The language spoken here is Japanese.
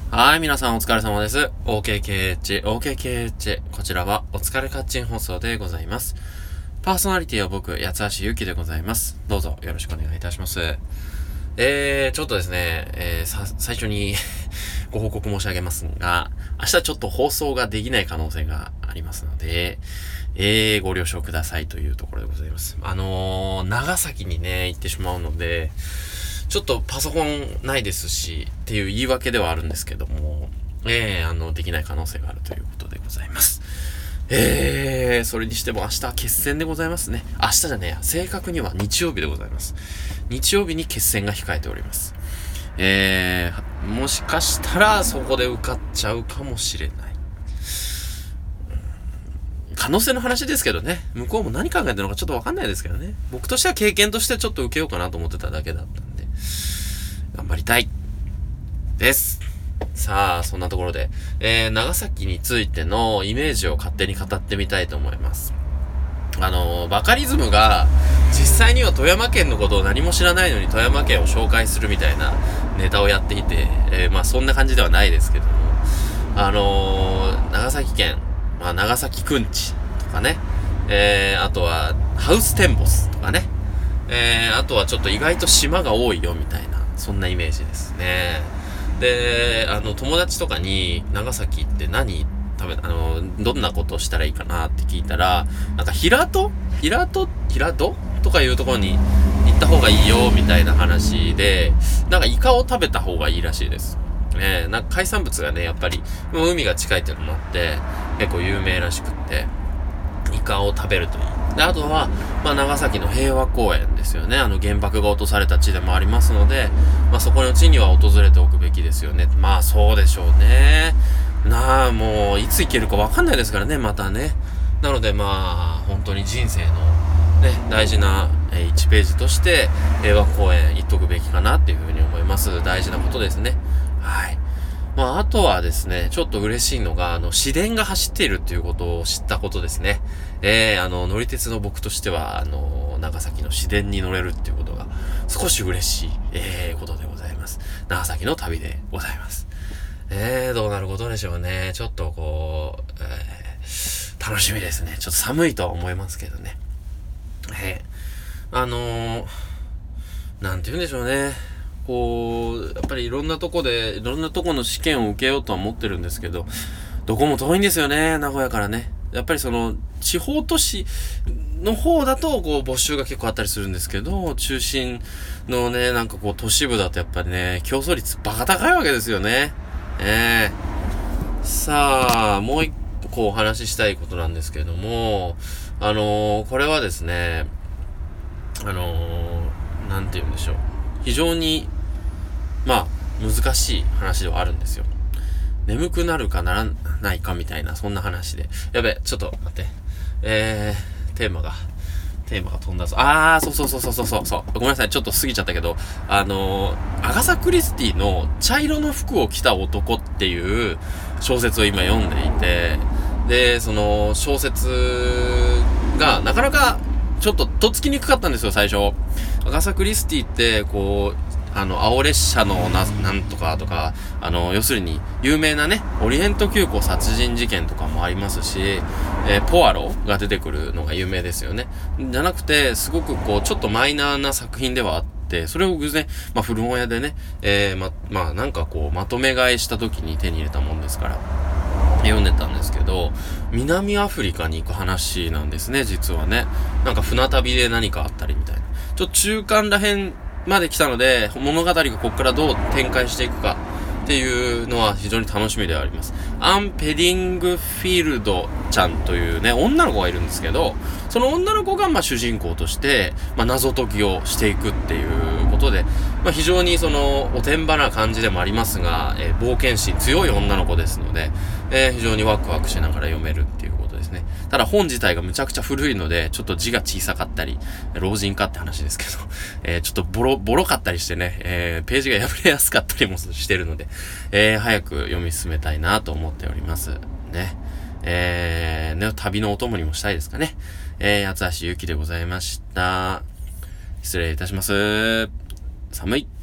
はい、皆さんお疲れ様です。OKKH。こちらはお疲れカッチン放送でございます。パーソナリティは僕、八橋ゆきでございます。どうぞよろしくお願いいたします。ちょっとですね、最初にご報告申し上げますが、明日ちょっと放送ができない可能性がありますので、ご了承くださいというところでございます。長崎にね、行ってしまうので、ちょっとパソコンないですし、っていう言い訳ではあるんですけども、できない可能性があるということでございます。それにしても明日は決戦でございますね。明日じゃねえや。正確には日曜日でございます。日曜日に決戦が控えております。もしかしたらそこで受かっちゃうかもしれない。可能性の話ですけどね。向こうも何考えてるのかちょっとわかんないですけどね。僕としては経験としてちょっと受けようかなと思ってただけだったんで。頑張りたい。です。さあ、そんなところで、長崎についてのイメージを勝手に語ってみたいと思います。バカリズムが、実際には富山県のことを何も知らないのに富山県を紹介するみたいなネタをやっていて、そんな感じではないですけども、長崎県、長崎くんちとかね、あとは、ハウステンボスとかね、あとはちょっと意外と島が多いよみたいな、そんなイメージですね。で、友達とかに、長崎ってどんなことをしたらいいかなって聞いたら、なんか平戸とかいうところに行った方がいいよ、みたいな話で、なんかイカを食べた方がいいらしいです。なんか海産物がね、やっぱり、海が近いっていうのもあって、結構有名らしくって、イカを食べるといい。で、あとは、長崎の平和公園ですよね。原爆が落とされた地でもありますので、そこの地には訪れておくべきですよね。そうでしょうね。もう、いつ行けるかわかんないですからね、またね。なので、本当に人生の、ね、大事な、1ページとして、平和公園行っとくべきかなっていうふうに思います。大事なことですね。はい。あとはですね、ちょっと嬉しいのが、市電が走っているっていうことを知ったことですね。乗り鉄の僕としては、長崎の市電に乗れるっていうことが、少し嬉しい、ことでございます。長崎の旅でございます。どうなることでしょうね。ちょっと楽しみですね。ちょっと寒いとは思いますけどね。なんて言うんでしょうね。やっぱりいろんなとこの試験を受けようとは思ってるんですけど、どこも遠いんですよね、名古屋からね。やっぱり地方都市の方だと、募集が結構あったりするんですけど、中心のね、都市部だとやっぱりね、競争率バカ高いわけですよね。さあ、もう一個お話ししたいことなんですけども、これはですね、なんて言うんでしょう。非常に、難しい話ではあるんですよ。眠くなるかならないかみたいな、そんな話で。やべ、ちょっと待って。テーマが飛んだぞ。そう。ごめんなさい、ちょっと過ぎちゃったけど、アガサ・クリスティの茶色の服を着た男っていう小説を今読んでいて、で、その小説がなかなかちょっととっつきにくかったんですよ、最初。アガサ・クリスティって、青列車のなんとかとか、要するに、有名なね、オリエント急行殺人事件とかもありますし、ポアロが出てくるのが有名ですよね。じゃなくて、すごくちょっとマイナーな作品ではあって、それを偶然、古本屋でね、まとめ買いした時に手に入れたもんですから、読んでたんですけど、南アフリカに行く話なんですね、実はね。船旅で何かあったりみたいな。中間ら辺まで来たので、物語がここからどう展開していくかっていうのは非常に楽しみではあります。アン・ペディングフィールドちゃんというね、女の子がいるんですけど、その女の子が主人公として、謎解きをしていくっていうことで、非常におてんばな感じでもありますが、冒険心強い女の子ですので、非常にワクワクしながら読めるっていうことですね。ただ本自体がむちゃくちゃ古いので、ちょっと字が小さかったり、老人かって話ですけど、ちょっとボロかったりしてね、ページが破れやすかったりもしてるので、早く読み進めたいなと思っております。ね。旅のお供にもしたいですかね。八橋ゆきでございました。失礼いたします。寒い。